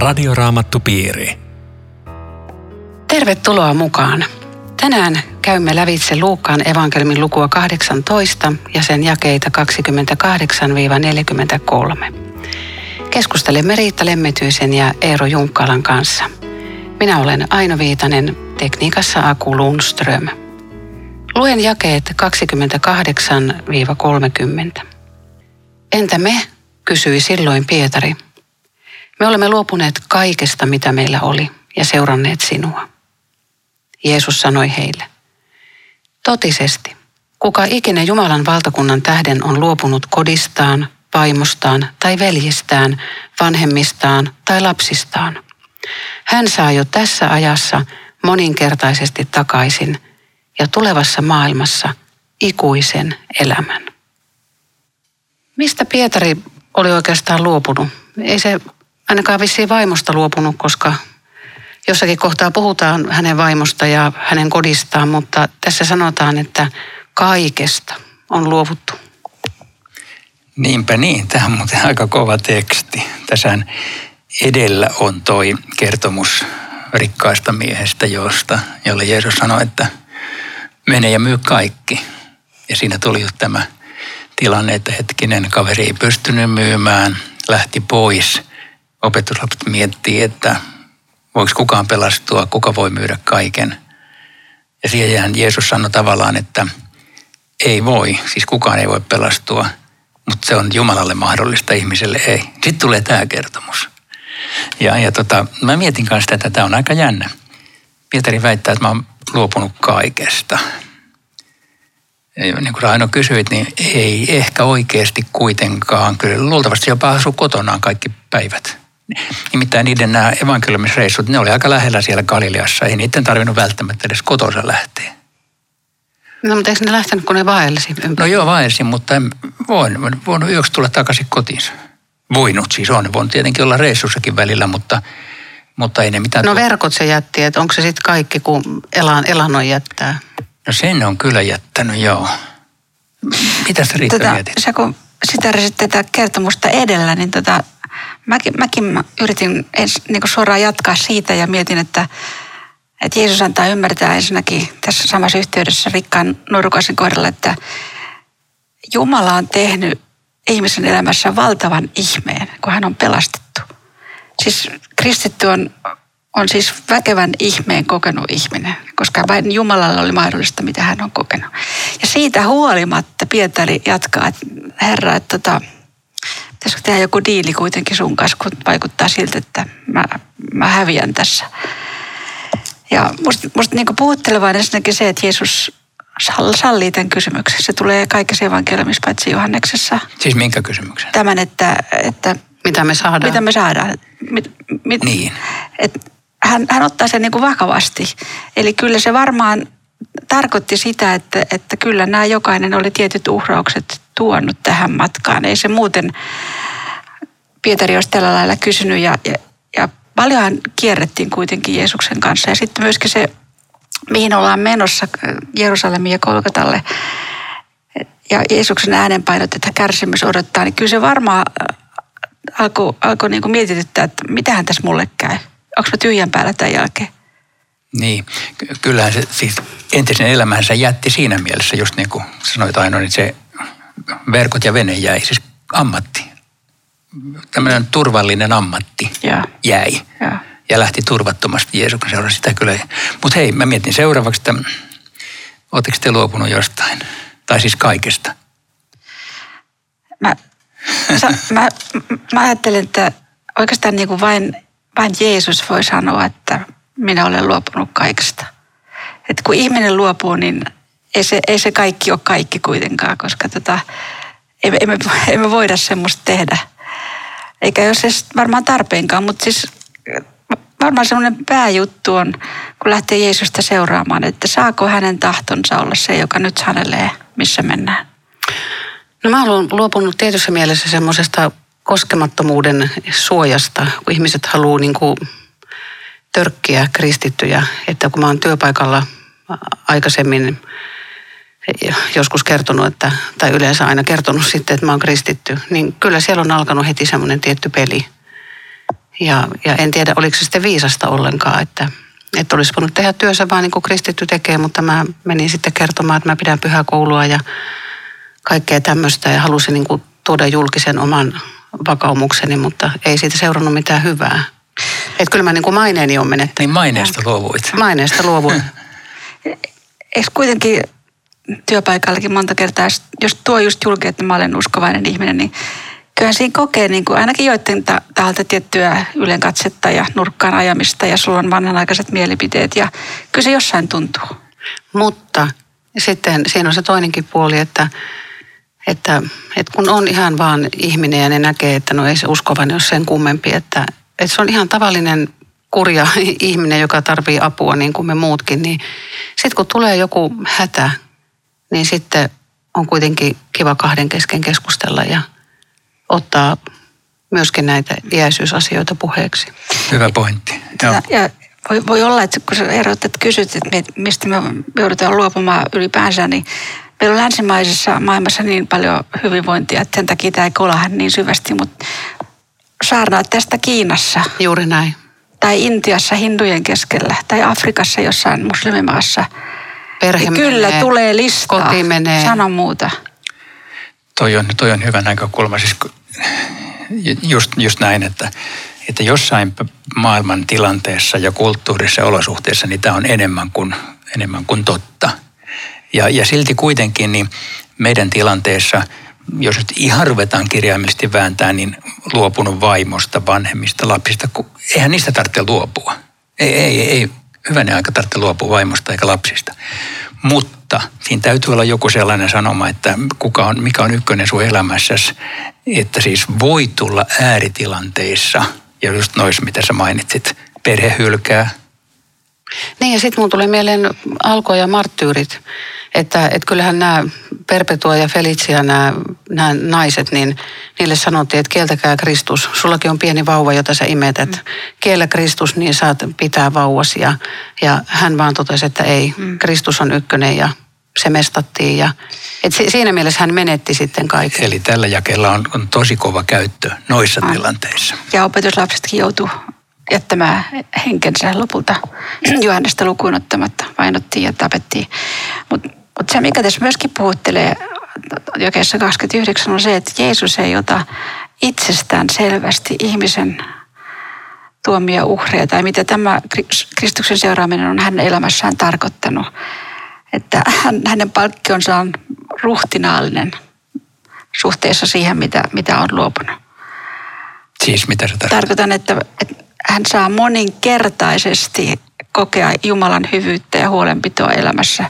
Radioraamattupiiri. Tervetuloa mukaan. Tänään käymme lävitse Luukkaan evankeliumin lukua 18 ja sen jakeita 28-43. Keskustelemme Riitta Lemmetyisen ja Eero Junkkalan kanssa. Minä olen Aino Viitanen, tekniikassa Aku Lundström. Luen jakeet 28-30. Entä me, kysyi silloin Pietari. Me olemme luopuneet kaikesta, mitä meillä oli, ja seuranneet sinua. Jeesus sanoi heille, totisesti, kuka ikinä Jumalan valtakunnan tähden on luopunut kodistaan, vaimostaan tai veljistään, vanhemmistaan tai lapsistaan, hän saa jo tässä ajassa moninkertaisesti takaisin ja tulevassa maailmassa ikuisen elämän. Mistä Pietari oli oikeastaan luopunut? Ei se ainakaan vissiin vaimosta luopunut, koska jossakin kohtaa puhutaan hänen vaimosta ja hänen kodistaan, mutta tässä sanotaan, että kaikesta on luovuttu. Niinpä niin, tämä on muuten aika kova teksti. Tässä edellä on toi kertomus rikkaasta miehestä, jolle Jeesus sanoi, että mene ja myy kaikki. Ja siinä tuli tämä tilanne, että hetkinen, kaveri ei pystynyt myymään, lähti pois. Opetuslapset miettii, että voiko kukaan pelastua, kuka voi myydä kaiken. Ja siihen Jeesus sanoi tavallaan, että ei voi, siis kukaan ei voi pelastua, mutta se on Jumalalle mahdollista, ihmiselle ei. Sitten tulee tämä kertomus. Ja mä mietin kanssa, että tämä on aika jännä. Pietari väittää, että mä oon luopunut kaikesta. Ja niin kuin Raino kysyit, niin ei ehkä oikeasti kuitenkaan. Kyllä luultavasti jopa asuu kotonaan kaikki päivät. Nimittäin niiden nämä evankeliumisreissut, ne oli aika lähellä siellä Galileassa. Ei niiden tarvinnut välttämättä edes kotonsa lähteä. No, mutta eikö ne lähtenyt, kun ne vaelsi ympäri? No joo, vaelsi, mutta en voinut yöksi tulla takaisin kotiinsa. Voinut siis on. Voinut tietenkin olla reissussakin välillä, mutta ei ne mitään. No verkot se jätti, että onko se sitten kaikki, kun elannon jättää? No sen on kyllä jättänyt, joo. Mitä sä Riitta mietit? Sä kun siteerasit tätä kertomusta edellä, niin mäkin yritin niin suoraan jatkaa siitä ja mietin, että Jeesus antaa ymmärtää ensinnäkin tässä samassa yhteydessä rikkaan nuorukaisen kohdalla, että Jumala on tehnyt ihmisen elämässä valtavan ihmeen, kun hän on pelastettu. Siis kristitty on siis väkevän ihmeen kokenut ihminen, koska vain Jumalalla oli mahdollista, mitä hän on kokenut. Ja siitä huolimatta Pietari jatkaa, että Herra, että pitäisikö tehdä joku diili kuitenkin sun kanssa, kun vaikuttaa siltä, että mä häviän tässä. Ja musta niin puhuttelevaa ensinnäkin se, että Jeesus sallii tämän kysymyksen. Se tulee kaikessa evankeliumissa paitsi Johanneksessa. Siis minkä kysymyksen? Tämän, että mitä me saadaan. Mitä me saadaan. Niin. Hän ottaa sen niin kuin vakavasti. Eli kyllä se varmaan tarkoitti sitä, että kyllä nämä jokainen oli tietyt uhraukset tuonut tähän matkaan. Ei se muuten Pietari olisi tällä lailla kysynyt ja paljonhan kierrettiin kuitenkin Jeesuksen kanssa. Ja sitten myöskin se, mihin ollaan menossa Jerusalemiin ja Golgotalle ja Jeesuksen äänenpainot, että kärsimys odottaa, niin kyllä se varmaan alkoi niin kuin mietityttää, että mitähän tässä mulle käy. Onko mä tyhjän päällä tämän jälkeen? Niin, kyllähän se siis entisen elämänsä jätti siinä mielessä, just niin kuin sanoit Aino, niin se verkot ja vene jäi, siis ammatti. Tämmöinen turvallinen ammatti jäi. Ja lähti turvattomasti Jeesuksen seuraan sitä kyllä. Mutta hei, mä mietin seuraavaksi, että ootteko te luopunut jostain? Tai siis kaikesta? Mä ajattelen, että oikeastaan niin kuin vain Jeesus voi sanoa, että minä olen luopunut kaikesta. Että kun ihminen luopuu, niin ei se kaikki ole kaikki kuitenkaan, koska emme voida semmoista tehdä. Eikä ole se varmaan tarpeenkaan, mutta siis varmaan semmoinen pääjuttu on, kun lähtee Jeesusta seuraamaan, että saako hänen tahtonsa olla se, joka nyt sanelee, missä mennään. No mä olen luopunut tietyssä mielessä semmoisesta koskemattomuuden suojasta, kun ihmiset haluaa niin kuin törkkiä kristittyjä, että kun mä oon työpaikalla aikaisemmin joskus kertonut, tai yleensä aina kertonut sitten, että mä oon kristitty, niin kyllä siellä on alkanut heti semmoinen tietty peli. Ja en tiedä, oliko se sitten viisasta ollenkaan, että olisi voinut tehdä työnsä vaan niin kuin kristitty tekee, mutta mä menin sitten kertomaan, että mä pidän pyhäkoulua ja kaikkea tämmöistä ja halusin niin kuin tuoda julkisen oman vakaumukseni, mutta ei siitä seurannut mitään hyvää. Että kyllä mä niin kuin maineeni on menettänyt. Niin maineesta luovuit. Maineesta luovuin. Eikö kuitenkin työpaikallakin monta kertaa, jos tuo just julki, että mä olen uskovainen ihminen, niin kyllähän siinä kokee niin kuin ainakin joiden taholta tiettyä ylenkatsetta ja nurkkaan ajamista ja sulla on vanhanaikaiset mielipiteet ja kyllä se jossain tuntuu. Mutta sitten siinä on se toinenkin puoli, että kun on ihan vaan ihminen ja ne näkee, että no ei se uskovainen ole sen kummempi, että se on ihan tavallinen kurja ihminen, joka tarvitsee apua niin kuin me muutkin, niin sitten kun tulee joku hätä, niin sitten on kuitenkin kiva kahden kesken keskustella ja ottaa myöskin näitä iäisyysasioita puheeksi. Hyvä pointti. Ja voi olla, että kun sä erotat, kysyt, että mistä me joudutaan luopumaan ylipäänsä, niin meillä on länsimaisessa maailmassa niin paljon hyvinvointia, että sen takia tämä ei kolaha niin syvästi, mutta saarnaat tästä Kiinassa. Juuri näin. Tai Intiassa hindujen keskellä, tai Afrikassa jossain muslimimaassa. Perhe kyllä menee, tulee listaa, koti menee. Sano muuta. Toi on hyvä näkökulma. Siis just näin, että jossain maailman tilanteessa ja kulttuurissa ja olosuhteissa niin tämä on enemmän kuin totta. Ja silti kuitenkin niin meidän tilanteessa, jos nyt ihan ruvetaan kirjaimellisesti vääntää, niin luopunut vaimosta, vanhemmista, lapsista, eihän niistä tarvitse luopua. Ei hyvänen aika tarvitse luopua vaimosta eikä lapsista. Mutta siinä täytyy olla joku sellainen sanoma, että mikä on ykkönen sun elämässäsi, että siis voi tulla ääritilanteissa, ja just noissa, mitä sä mainitsit, perhe hylkää. Niin ja sitten mun tulee mieleen Alko ja marttyyrit, että kyllähän nämä Perpetua ja Felicia, nämä naiset, niin niille sanottiin, että kieltäkää Kristus. Sullakin on pieni vauva, jota sä imetät. Kiellä Kristus, niin saat pitää vauvasi. Ja hän vaan totesi, että ei, Kristus on ykkönen ja se mestattiin. Ja, siinä mielessä hän menetti sitten kaiken. Eli tällä jakeella on tosi kova käyttö noissa tilanteissa. Ja opetuslapsetkin joutuu jättämään henkensä lopulta Johannesta lukuun ottamatta. Vainottiin ja tapettiin. Mutta se, mikä tässä myöskin puhuttelee jakeessa 29, on se, että Jeesus ei ota itsestään selvästi ihmisen tuomia uhreja, tai mitä tämä Kristuksen seuraaminen on hänen elämässään tarkoittanut. Että hänen palkkionsa on ruhtinaallinen suhteessa siihen, mitä on luopunut. Siis mitä se tarkoittaa? Tarkoitan, että hän saa moninkertaisesti kokea Jumalan hyvyyttä ja huolenpitoa elämässä,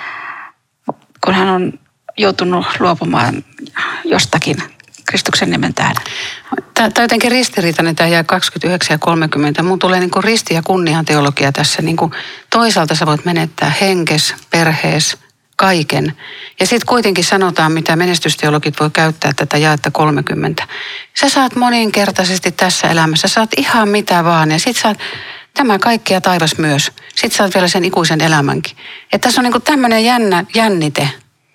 kun hän on joutunut luopumaan jostakin Kristuksen nimen tähden. Tämä on jotenkin ristiriitainen, tämä jää 29 ja 30. Mun tulee niin kuin risti- ja kunnian teologia tässä. Niin kuin toisaalta sä voit menettää henkes, perhees, kaiken. Ja sitten kuitenkin sanotaan, mitä menestysteologit voi käyttää tätä jaetta 30. Sä saat moninkertaisesti tässä elämässä, saat ihan mitä vaan ja sit saat tämä kaikki ja taivas myös. Sitten saat vielä sen ikuisen elämänkin. Että tässä on niin kuin tämmöinen jännite.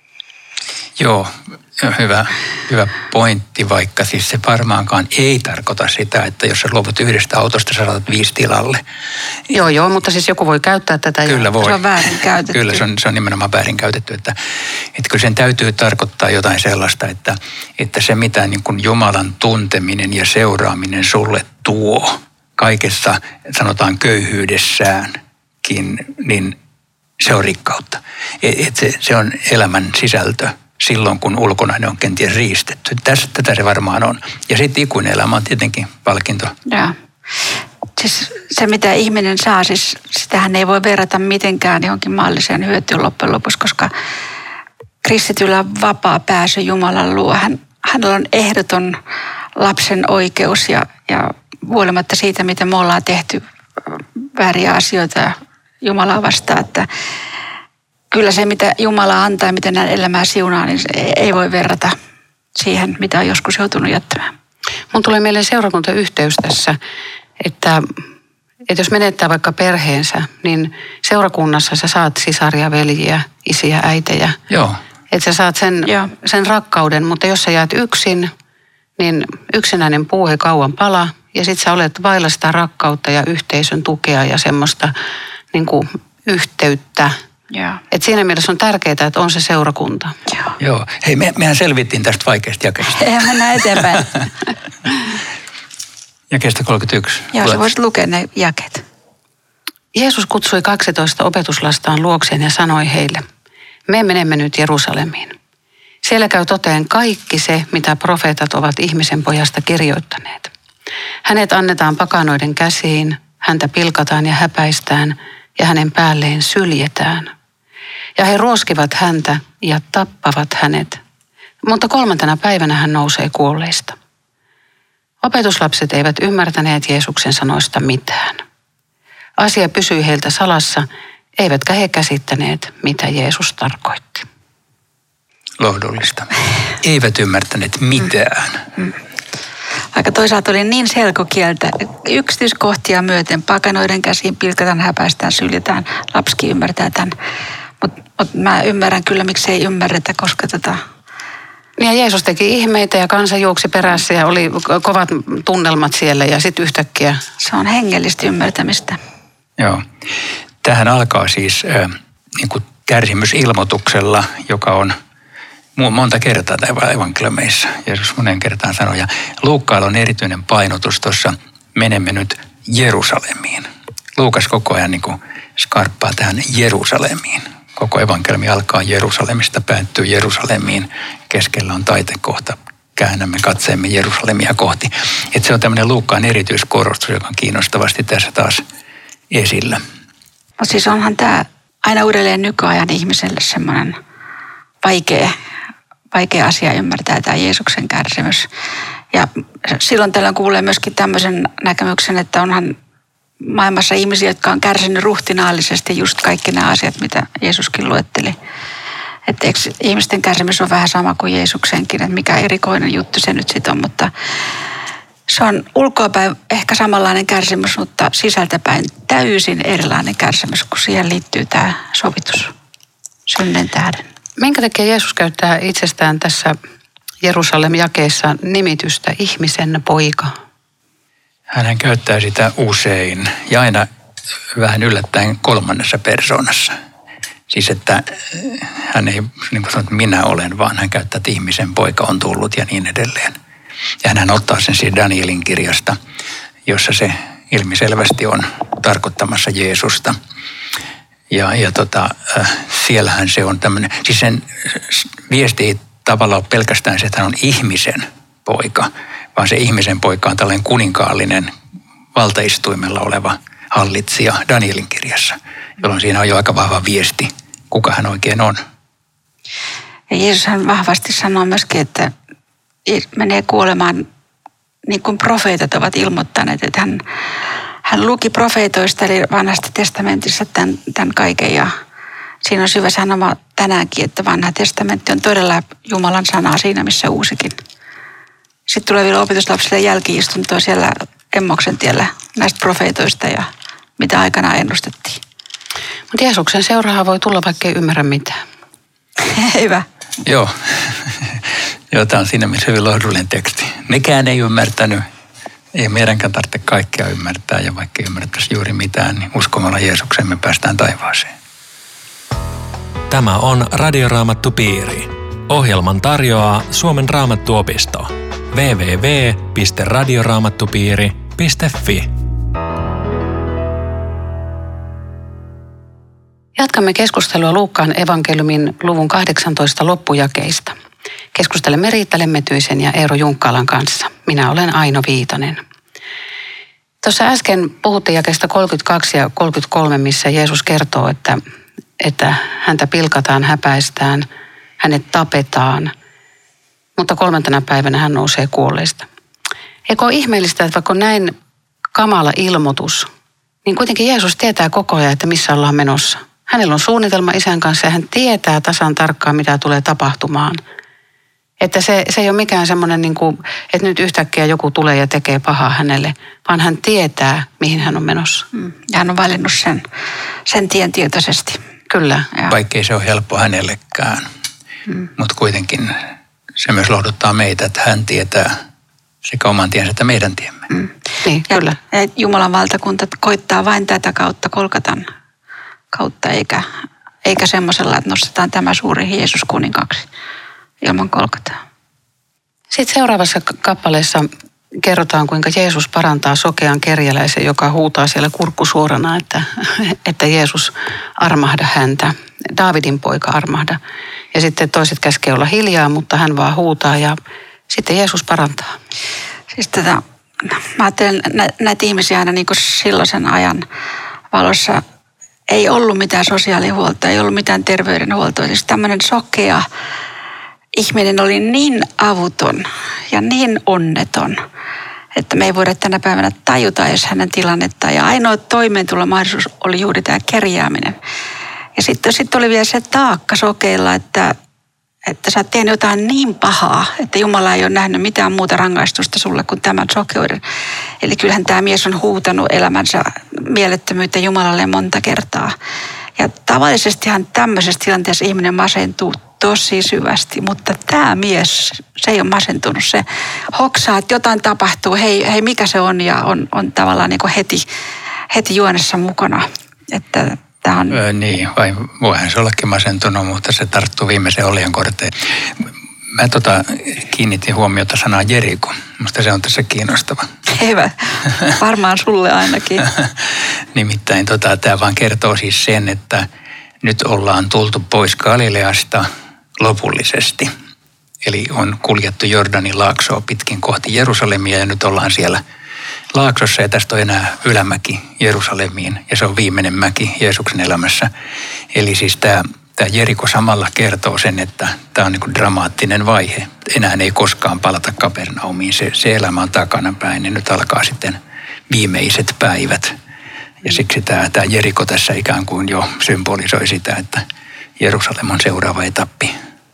Joo, hyvä pointti, vaikka siis se varmaankaan ei tarkoita sitä, että jos sä luovut yhdestä autosta, sä saatat 5 tilalle. Joo, mutta siis joku voi käyttää tätä. Kyllä voi. Se on väärin käytetty. Kyllä, se on nimenomaan väärin käytetty, että kyllä sen täytyy tarkoittaa jotain sellaista, että se mitä niin kuin Jumalan tunteminen ja seuraaminen sulle tuo kaikessa, sanotaan köyhyydessäänkin, niin se on rikkautta. Se on elämän sisältö silloin, kun ulkonainen on kenties riistetty. Tätä se varmaan on. Ja sitten ikuinen elämä on tietenkin palkinto. Joo. Siis se, mitä ihminen saa, siis sitähän ei voi verrata mitenkään johonkin maalliseen hyötyyn loppujen lopuksi, koska kristityllä on vapaa pääsy Jumalan luo. Hänellä on ehdoton lapsen oikeus ja huolimatta siitä, miten me ollaan tehty vääriä asioita Jumalaa vastaan, että kyllä se, mitä Jumala antaa ja miten hän elämää siunaa, niin se ei voi verrata siihen, mitä on joskus joutunut jättämään. Mun tulee mieleen seurakuntayhteys tässä, että jos menettää vaikka perheensä, niin seurakunnassa sä saat sisaria, veljiä, isiä, äitejä. Joo. Että sä saat sen rakkauden, mutta jos sä jäät yksin, niin yksinäinen puu ei kauan pala ja sit sä olet vailla sitä rakkautta ja yhteisön tukea ja semmoista niin kuin yhteyttä. Et siinä mielessä on tärkeää, että on se seurakunta. Joo. Hei, mehän selvittiin tästä vaikeasta jakeesta. Mennään eteenpäin. Jakeesta 31. Joo, sä voisit lukea ne jakeet. Jeesus kutsui 12 opetuslastaan luokseen ja sanoi heille, me menemme nyt Jerusalemiin. Siellä käy toteen kaikki se, mitä profeetat ovat ihmisen pojasta kirjoittaneet. Hänet annetaan pakanoiden käsiin, häntä pilkataan ja häpäistään ja hänen päälleen syljetään. Ja he ruoskivat häntä ja tappavat hänet, mutta 3. päivänä hän nousee kuolleista. Opetuslapset eivät ymmärtäneet Jeesuksen sanoista mitään. Asia pysyi heiltä salassa, eivätkä he käsittäneet, mitä Jeesus tarkoitti. Lohdullista. Eivät ymmärtäneet mitään. Vaikka toisaalta oli niin selkokieltä, yksityiskohtia myöten, pakanoiden käsiin pilkataan, häpäistään, syljetään, lapsikin ymmärtää tämän. Mutta mä ymmärrän kyllä, miksi ei ymmärretä, koska Ja Jeesus teki ihmeitä ja kansa juoksi perässä ja oli kovat tunnelmat siellä ja sitten yhtäkkiä. Se on hengellistä ymmärtämistä. Joo. Tähän alkaa siis niin kuin kärsimysilmoituksella, joka on monta kertaa täällä evankeliumeissa. Jeesus monen kertaan sanoi. Ja Luukkaalla on erityinen painotus tuossa, menemme nyt Jerusalemiin. Luukas koko ajan niin kuin skarppaa tähän Jerusalemiin. Koko evankeliumi alkaa Jerusalemista, päättyy Jerusalemiin. Keskellä on taitekohta. Käännämme katseemme Jerusalemia kohti. Että se on tämmöinen Luukkaan erityiskorostus, joka on kiinnostavasti tässä taas esillä. Mutta siis onhan tämä aina uudelleen nykyajan ihmiselle semmoinen vaikea asia ymmärtää tämä Jeesuksen kärsimys. Ja silloin tällöin kuulee myöskin tämmöisen näkemyksen, että onhan maailmassa ihmisiä, jotka on kärsinyt ruhtinaallisesti just kaikki nämä asiat, mitä Jeesuskin luetteli. Että ihmisten kärsimys on vähän sama kuin Jeesuksenkin, että mikä erikoinen juttu se nyt sitten on, mutta se on ulkoapäin ehkä samanlainen kärsimys, mutta sisältäpäin täysin erilainen kärsimys, kun siihen liittyy tämä sovitus synnen tähden. Minkä takia Jeesus käyttää itsestään tässä Jerusalem-jakeessa nimitystä ihmisen poika? Hän käyttää sitä usein ja aina vähän yllättäen 3. persoonassa. Siis että hän ei niin kuin sanoo, että minä olen, vaan hän käyttää, että ihmisen poika on tullut ja niin edelleen. Ja hän ottaa sen siitä Danielin kirjasta, jossa se ilmiselvästi on tarkoittamassa Jeesusta. Ja siellähän se on tämmöinen, siis sen viesti ei tavallaan ole pelkästään se, että hän on ihmisen poika, vaan se ihmisen poika on tällainen kuninkaallinen valtaistuimella oleva hallitsija Danielin kirjassa, jolloin siinä on jo aika vahva viesti, kuka hän oikein on. Ja Jeesushan vahvasti sanoo myöskin, että menee kuolemaan niin kuin profeetat ovat ilmoittaneet, että hän luki profeetoista eli vanhasta testamentissa tämän kaiken ja siinä on syvä sanoma tänäänkin, että vanha testamentti on todella Jumalan sanaa siinä, missä uusikin. Sitten tulee vielä opetuslapsille jälki-istuntoa siellä Emmoksen tiellä näistä profeetoista ja mitä aikanaan ennustettiin. Mutta Jeesuksen seuraaja voi tulla, vaikka ei ymmärrä mitään. Hyvä. Joo. Joo, tämä on siinä mielessä hyvin lohdullinen teksti. Nekään ei ymmärtänyt. Ei meidänkään tarvitse kaikkea ymmärtää ja vaikka ei ymmärrettäisi juuri mitään, niin uskomalla Jeesukseen me päästään taivaaseen. Tämä on Radioraamattupiiri. Ohjelman tarjoaa Suomen Raamattuopisto. www.radioraamattupiiri.fi. Jatkamme keskustelua Luukkaan evankeliumin luvun 18 loppujakeista. Keskustelemme Riitta Lemmetyisen ja Eero Junkkaalan kanssa. Minä olen Aino Viitanen. Tuossa äsken puhuttiin jakeesta 32 ja 33, missä Jeesus kertoo, että häntä pilkataan, häpäistään, hänet tapetaan, mutta 3. päivänä hän nousee kuolleista. Eikö ole ihmeellistä, että vaikka on näin kamala ilmoitus, niin kuitenkin Jeesus tietää koko ajan, että missä ollaan menossa. Hänellä on suunnitelma Isän kanssa ja hän tietää tasan tarkkaan, mitä tulee tapahtumaan. Että se ei ole mikään semmoinen, niin kuin, että nyt yhtäkkiä joku tulee ja tekee pahaa hänelle, vaan hän tietää, mihin hän on menossa. Ja hän on valinnut sen tien tietoisesti. Kyllä. Vaikkei se ole helppo hänellekään, mutta kuitenkin se myös lohduttaa meitä, että hän tietää sekä oman tiensä että meidän tiemme. Niin, kyllä. Ja Jumalan valtakunta koittaa vain tätä kautta, Golgatan kautta, eikä semmoisella, että nostetaan tämä suuri Jeesus kuninkaaksi ilman Golgataa. Sitten seuraavassa kappaleessa kerrotaan, kuinka Jeesus parantaa sokean kerjäläisen, joka huutaa siellä kurkku suorana, että Jeesus armahda häntä. Daavidin poika armahda. Ja sitten toiset käskee olla hiljaa, mutta hän vaan huutaa ja sitten Jeesus parantaa. Siis mä ajattelen näitä ihmisiä aina niin kuin silloisen ajan valossa. Ei ollut mitään sosiaalihuoltoa, ei ollut mitään terveydenhuoltoa. Siis tämmöinen sokea ihminen oli niin avuton ja niin onneton, että me ei voida tänä päivänä tajuta edes hänen tilannettaan. Ja ainoa toimeentulomahdollisuus oli juuri tämä kerjääminen. Ja sitten oli vielä se taakka sokeilla, että sä oot tehnyt jotain niin pahaa, että Jumala ei ole nähnyt mitään muuta rangaistusta sulle kuin tämän sokeuden. Eli kyllähän tämä mies on huutanut elämänsä mielettömyyttä Jumalalle monta kertaa. Ja tavallisestihan tämmöisessä tilanteessa ihminen masentuu tosi syvästi, mutta tämä mies, se ei ole masentunut. Se hoksaa, että jotain tapahtuu, hei mikä se on, ja on tavallaan niin kuin heti juonessa mukana. Että tämä on... Niin, vai voihan se ollakin masentunut, mutta se tarttuu viimeiseen oljenkorteen. Mä kiinnitin huomiota sanaan Jeriko. Musta se on tässä kiinnostava. Hyvä. Varmaan sulle ainakin. Nimittäin tämä vaan kertoo siis sen, että nyt ollaan tultu pois Galileasta lopullisesti. Eli on kuljettu Jordanin laaksoa pitkin kohti Jerusalemia ja nyt ollaan siellä laaksossa ja tästä on enää ylämäki Jerusalemiin ja se on viimeinen mäki Jeesuksen elämässä. Eli siis tämä Jeriko samalla kertoo sen, että tämä on niin kuin dramaattinen vaihe. Enää ei koskaan palata Kapernaumiin. Se elämä on takanapäin ja nyt alkaa sitten viimeiset päivät. Ja siksi tämä Jeriko tässä ikään kuin jo symbolisoi sitä, että Jerusalem on seuraava etappi.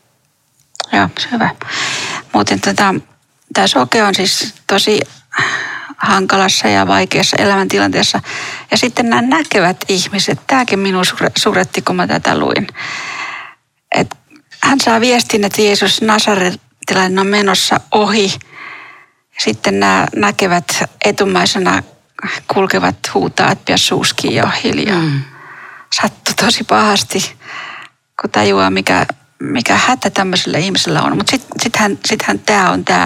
Joo, hyvä. Muuten tämä soke on siis tosi hankalassa ja vaikeassa elämäntilanteessa. Ja sitten nämä näkevät ihmiset, tämäkin minun suretti, kun mä tätä luin. Et hän saa viestin, että Jeesus Nasaretilainen on menossa ohi. Sitten nämä näkevät etumaisena kulkevat huutaa, että pidä suuskiin ja hiljaa. Sattui tosi pahasti, kun tajuaa, mikä hätä tämmöisellä ihmisellä on. Mutta sittenhän tämä on tämä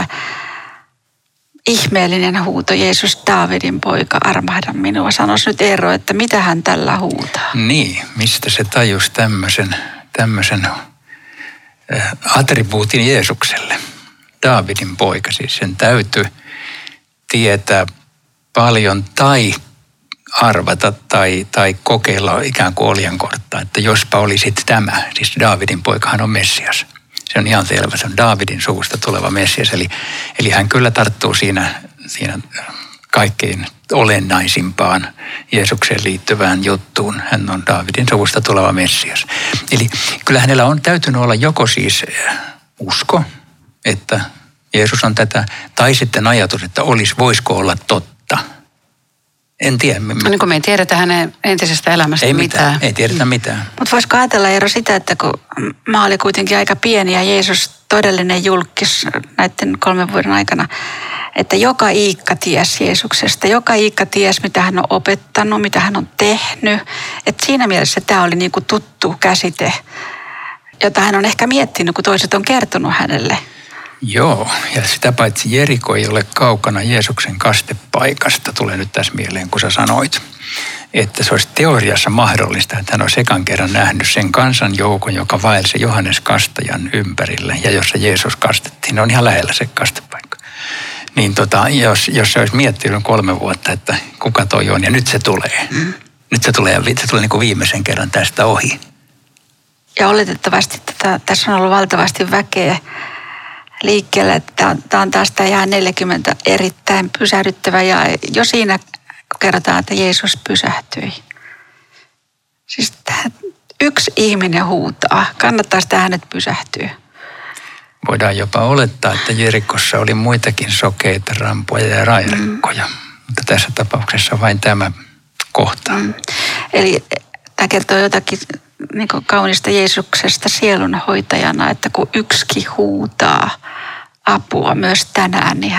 ihmeellinen huuto, Jeesus Daavidin poika, armahda minua. Sanois nyt Eero, että mitä hän tällä huutaa? Niin, mistä se tajusi tämmöisen attribuutin Jeesukselle? Daavidin poika, siis sen täytyy tietää paljon tai arvata tai kokeilla ikään kuin oljenkortta, että jospa olisit tämä, siis Daavidin poikahan on Messias. Se on ihan selvä, se on Daavidin suusta tuleva Messias, eli hän kyllä tarttuu siinä kaikkein olennaisimpaan Jeesukseen liittyvään juttuun. Hän on Daavidin suusta tuleva Messias. Eli kyllä hänellä on täytynyt olla joko siis usko, että Jeesus on tätä, tai sitten ajatus, että voisiko olla totta. En tiedä. No niin kuin me ei tiedetä hänen entisestä elämästä mitään. Ei tiedetä mitään. Mutta voisiko ajatella, Eero, sitä, että kun maa oli kuitenkin aika pieni ja Jeesus todellinen julkis näiden 3 vuoden aikana, että joka iikka ties Jeesuksesta, joka iikka ties, mitä hän on opettanut, mitä hän on tehnyt. Että siinä mielessä tämä oli niin kuin tuttu käsite, jota hän on ehkä miettinyt, kun toiset on kertonut hänelle. Joo, ja sitä paitsi Jeriko ei ole kaukana Jeesuksen kastepaikasta, tulee nyt tässä mieleen, kun sä sanoit, että se olisi teoriassa mahdollista, että hän olisi ekan kerran nähnyt sen kansanjoukon, joka vaelsi Johannes Kastajan ympärille, ja jossa Jeesus kastettiin, ne on ihan lähellä se kastepaikka. Niin jos se olisi miettinyt 3 vuotta, että kuka toi on, ja nyt se tulee. Nyt se tulee niin kuin viimeisen kerran tästä ohi. Ja oletettavasti tässä on ollut valtavasti väkeä liikkeelle, että tämä on taas tämä 40 erittäin pysähdyttävä ja jo siinä kerrotaan, että Jeesus pysähtyi. Siis yksi ihminen huutaa, kannattaa sitä hänet pysähtyä. Voidaan jopa olettaa, että Jerikossa oli muitakin sokeita, rampoja ja rairekkoja, mutta tässä tapauksessa vain tämä kohta. Eli tämä kertoo jotakin niin kuin kaunista Jeesuksesta sielunhoitajana, että kun yksikin huutaa apua myös tänään, niin hän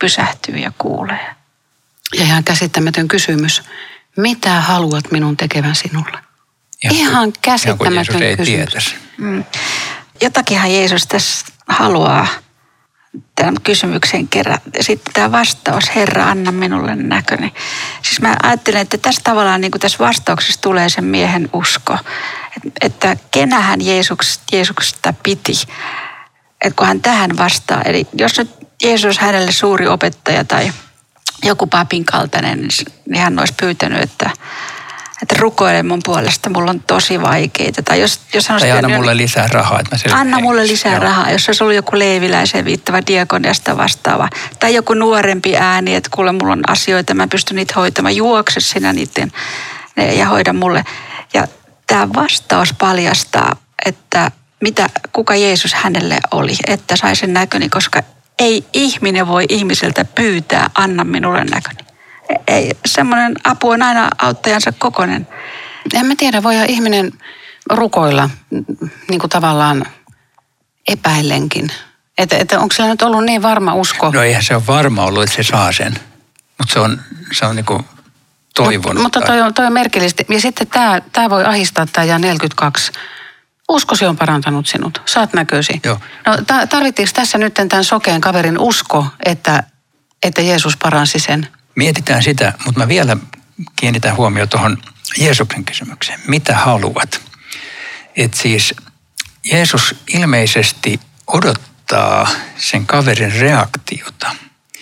pysähtyy ja kuulee. Ja ihan käsittämätön kysymys. Mitä haluat minun tekevän sinulle? Ihan käsittämätön kysymys. Jotakinhan Jeesus tässä haluaa tämän kysymyksen kerran. Sitten tämä vastaus, Herra, anna minulle näköni. Siis mä ajattelen, että tässä tavallaan niin kuin tässä vastauksessa tulee sen miehen usko. Että kenähän Jeesuksesta piti. Että kun hän tähän vastaa. Eli jos nyt Jeesus hänelle suuri opettaja tai joku papin kaltainen, niin hän olisi pyytänyt, että rukoile mun puolesta, mulla on tosi vaikeita. Tai jos tai anna mulle lisää rahaa. Että anna mulle lisää rahaa, jos olisi ollut joku leeviläiseen viittava diakoniasta vastaava. Tai joku nuorempi ääni, että kuule, mulla on asioita, mä pystyn niitä hoitamaan. Juokse sinä niiden ja hoida mulle. Ja tämä vastaus paljastaa, että kuka Jeesus hänelle oli, että sai sen näköni, koska ei ihminen voi ihmiseltä pyytää, anna minulle näköni. Ei, semmoinen apu on aina auttajansa kokoinen. En mä tiedä, voihan ihminen rukoilla niin kuin tavallaan epäillenkin. Että onko sillä nyt ollut niin varma usko? No eihän se ole varma ollut, että se saa sen. Mutta se on niin kuin toivonut. Mutta toi on merkillistä. Ja sitten tämä voi ahistaa tämä ja 42. Uskosi on parantanut sinut. Saat näkösi. Joo. No tarvittiinko tässä nyt tämän sokeen kaverin usko, että Jeesus paransi sen? Mietitään sitä, mutta mä vielä kiinnitän huomioon tuohon Jeesuksen kysymykseen. Mitä haluat? Että siis Jeesus ilmeisesti odottaa sen kaverin reaktiota.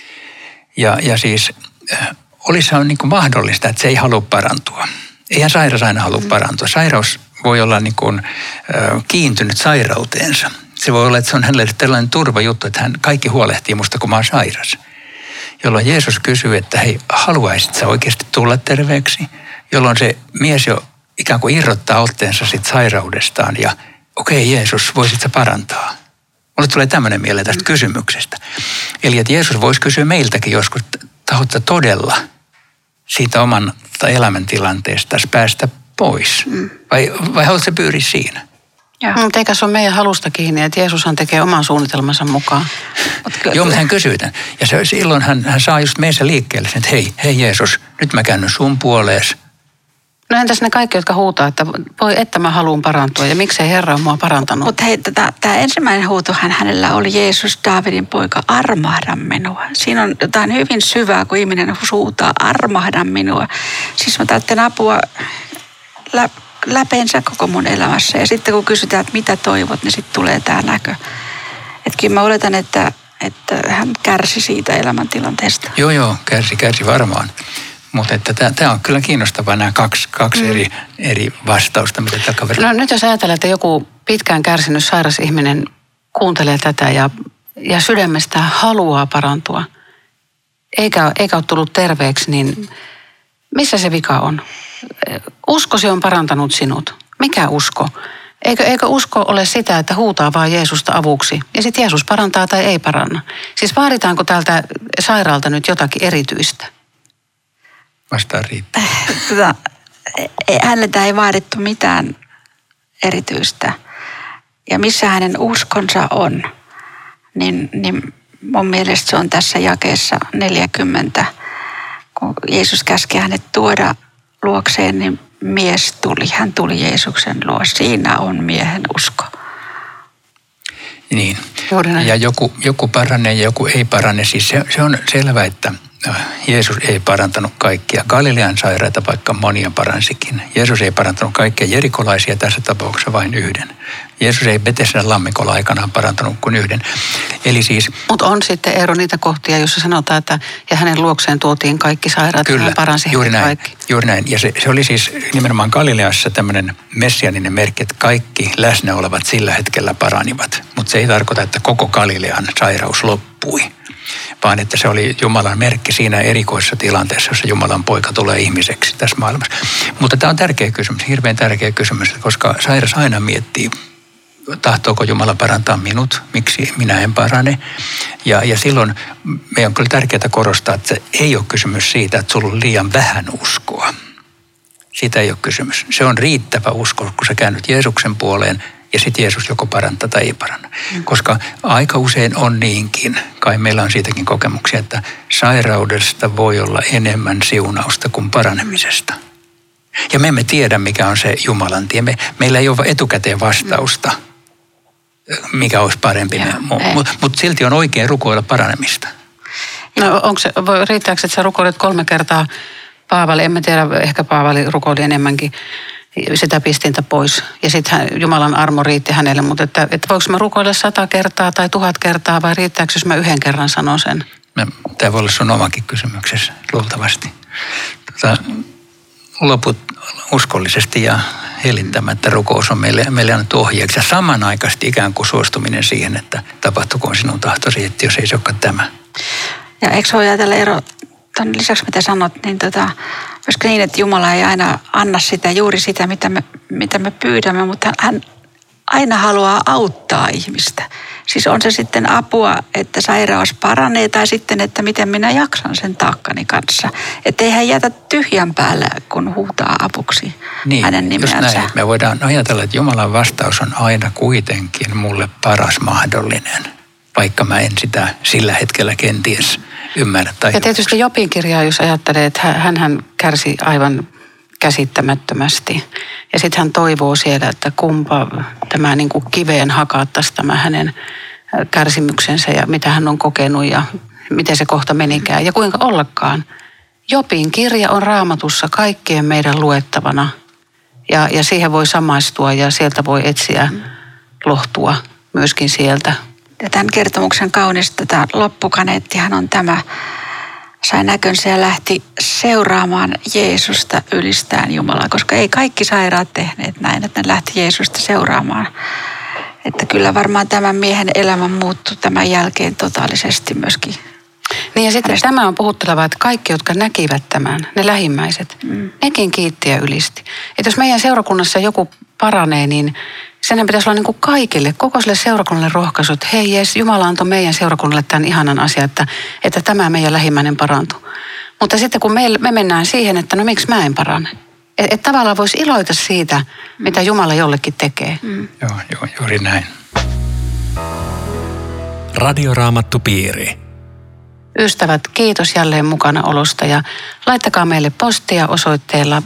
Ja siis olisihan niin kuin mahdollista, että se ei halua parantua. Eihän sairas aina halua parantua. Sairaus voi olla niin kuin kiintynyt sairauteensa. Se voi olla, että se on hänelle tällainen turvajuttu, että hän kaikki huolehtii musta, kun mä oon sairas. Jolloin Jeesus kysyy, että hei, haluaisit sä oikeasti tulla terveeksi? Jolloin se mies jo ikään kuin irrottaa otteensa siitä sairaudestaan ja okei, Jeesus, voisit sä parantaa? Mulle tulee tämmöinen mieleen tästä kysymyksestä. Eli että Jeesus voisi kysyä meiltäkin joskus, tahotko todella siitä oman elämäntilanteesta päästä pois? Vai haluatko sä pyyriä siinä? Mutta eikä se ole meidän halusta kiinni, että Jeesushan tekee oman suunnitelmansa mukaan. Joo, mutta hän kysyy tämän. Ja silloin hän saa just meissä liikkeelle sen, että hei Jeesus, nyt mä käännyn sun puolees. No entäs ne kaikki, jotka huutaa, että voi, että mä haluan parantua ja miksei Herra on mua parantanut? Mutta hei, tämä ensimmäinen huutohan hänellä oli Jeesus, Daavidin poika, armahda minua. Siinä on jotain hyvin syvää, kun ihminen huutaa, armahda minua. Siis mä tarvitsen apua läpeensä koko mun elämässä. Ja sitten kun kysytään, että mitä toivot, niin sitten tulee tämä näkö. Että kyllä mä oletan, että hän kärsi siitä elämäntilanteesta. Joo, kärsi varmaan. Mutta tämä on kyllä kiinnostavaa nämä kaksi eri vastausta, mitä tällä kaverilla. No nyt jos ajatellaan, että joku pitkään kärsinyt sairas ihminen kuuntelee tätä ja sydämestä haluaa parantua, eikä ole tullut terveeksi, niin missä se vika on? Uskosi on parantanut sinut. Mikä usko? Eikö usko ole sitä, että huutaa vaan Jeesusta avuksi ja sitten Jeesus parantaa tai ei paranna? Siis vaaditaanko tältä sairaalta nyt jotakin erityistä? Vastaan riittää. Häneltä ei vaadittu mitään erityistä. Ja missä hänen uskonsa on, niin mun mielestä se on tässä jakeessa 40. Kun Jeesus käski hänet tuoda luokseen, niin mies tuli. Hän tuli Jeesuksen luo. Siinä on miehen usko. Niin. Ja joku paranee ja joku ei parane. Siis se on selvä, että Jeesus ei parantanut kaikkia. Galilean sairaita, vaikka monia paransikin. Jeesus ei parantanut kaikkia jerikolaisia, tässä tapauksessa vain yhden. Jeesus ei Betesdan lammikolla aikanaan parantanut kuin yhden. Eli siis... Mutta on sitten Eero niitä kohtia, jossa sanotaan, että ja hänen luokseen tuotiin kaikki sairaat. Kyllä, hän paransi juuri näin. Ja se oli siis nimenomaan Galileassa tämmöinen messianinen merkki, että kaikki läsnä olevat sillä hetkellä paranivat. Mutta se ei tarkoita, että koko Galilean sairaus loppui, vaan että se oli Jumalan merkki siinä erikoisessa tilanteessa, jossa Jumalan poika tulee ihmiseksi tässä maailmassa. Mutta tämä on tärkeä kysymys, hirveän tärkeä kysymys, koska sairas aina miettii, tahtooko Jumala parantaa minut, miksi minä en parane. Ja silloin meidän on kyllä tärkeää korostaa, että se ei ole kysymys siitä, että sulla on liian vähän uskoa. Siitä ei ole kysymys. Se on riittävä usko, kun sä käännyt Jeesuksen puoleen Ja sitten Jeesus joko parantaa tai ei paranna. Koska aika usein on niinkin, kai meillä on siitäkin kokemuksia, että sairaudesta voi olla enemmän siunausta kuin paranemisesta. Ja me emme tiedä, mikä on se Jumalan tie. Meillä ei ole etukäteen vastausta, mikä olisi parempi. Mutta silti on oikein rukoilla paranemista. No riittääkö, että sä rukoilet 3 kertaa Paavali? En mä tiedä, ehkä Paavali rukoili enemmänkin sitä pistintä pois. Ja sitten Jumalan armo riitti hänelle. Mutta että voiko mä rukoilla 100 kertaa tai 1000 kertaa vai riittääkö, jos mä 1 kerran sanon sen? Tämä voi olla sun omakin kysymyksessä, luultavasti. Loput uskollisesti ja hellintämättä rukous on meille annettu ohjeeksi. Ja samanaikaisesti ikään kuin suostuminen siihen, että tapahtukoon sinun tahtosi, että jos ei se olekaan tämä. Ja eikö ole ajatella ero, tuon lisäksi mitä sanot, niin olisiko niin, että Jumala ei aina anna juuri sitä, mitä me pyydämme, mutta hän aina haluaa auttaa ihmistä. Siis on se sitten apua, että sairaus paranee tai sitten, että miten minä jaksan sen taakkani kanssa. Että ei hän jätä tyhjän päälle, kun huutaa apuksi hänen nimeänsä. Just näin. Me voidaan ajatella, että Jumalan vastaus on aina kuitenkin mulle paras mahdollinen, vaikka mä en sitä sillä hetkellä kenties ymmärrä. Ja tietysti Jobin kirjaa, jos ajattelee, että hän kärsi aivan käsittämättömästi. Ja sitten hän toivoo siellä, että kumpa tämä niin kuin kiveen hakattaisi tämä hänen kärsimyksensä ja mitä hän on kokenut ja miten se kohta menikään. Ja kuinka ollakaan. Jobin kirja on Raamatussa kaikkien meidän luettavana ja siihen voi samaistua ja sieltä voi etsiä lohtua myöskin sieltä. Ja tämän kertomuksen kaunista loppukaneettihan on tämä. Sai näkönsä ja lähti seuraamaan Jeesusta ylistäen Jumalaa, koska ei kaikki sairaat tehneet näin, että ne lähti Jeesusta seuraamaan. Että kyllä varmaan tämän miehen elämä muuttui tämän jälkeen totaalisesti myöskin. Niin ja sitten tämä on puhuttelevaa, että kaikki, jotka näkivät tämän, ne lähimmäiset, nekin kiitti ja ylisti. Että jos meidän seurakunnassa joku paranee, niin senhän pitäisi olla niin kuin kaikille, koko sille seurakunnalle rohkaisu, että hei jes, Jumala antoi meidän seurakunnalle tämän ihanan asian, että tämä meidän lähimmäinen parantui. Mutta sitten kun me mennään siihen, että no miksi mä en parane? Että tavallaan voisi iloita siitä, mitä Jumala jollekin tekee. Joo, juuri näin. Radioraamattupiiri. Ystävät, kiitos jälleen mukana olosta ja laittakaa meille postia osoitteella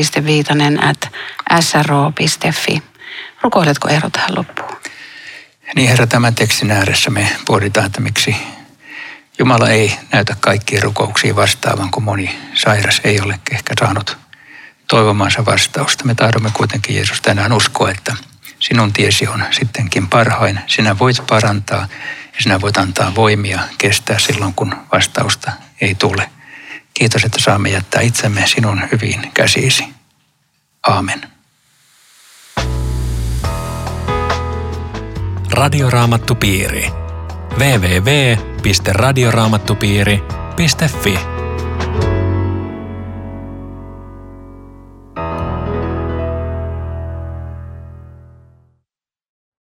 aino.viitanen@sro.fi. Rukoiletko Eero tähän loppuun? Niin Herra, tämän tekstin ääressä me pohditaan, että miksi Jumala ei näytä kaikkiin rukouksiin vastaavan, kun moni sairas ei ole ehkä saanut toivomansa vastausta. Me tahdomme kuitenkin, Jeesus, tänään uskoa, että sinun tiesi on sittenkin parhain. Sinä voit parantaa ja sinä voit antaa voimia kestää silloin, kun vastausta ei tule. Kiitos, että saamme jättää itsemme sinun hyviin käsiisi. Aamen. Radioraamattupiiri. www.radioraamattupiiri.fi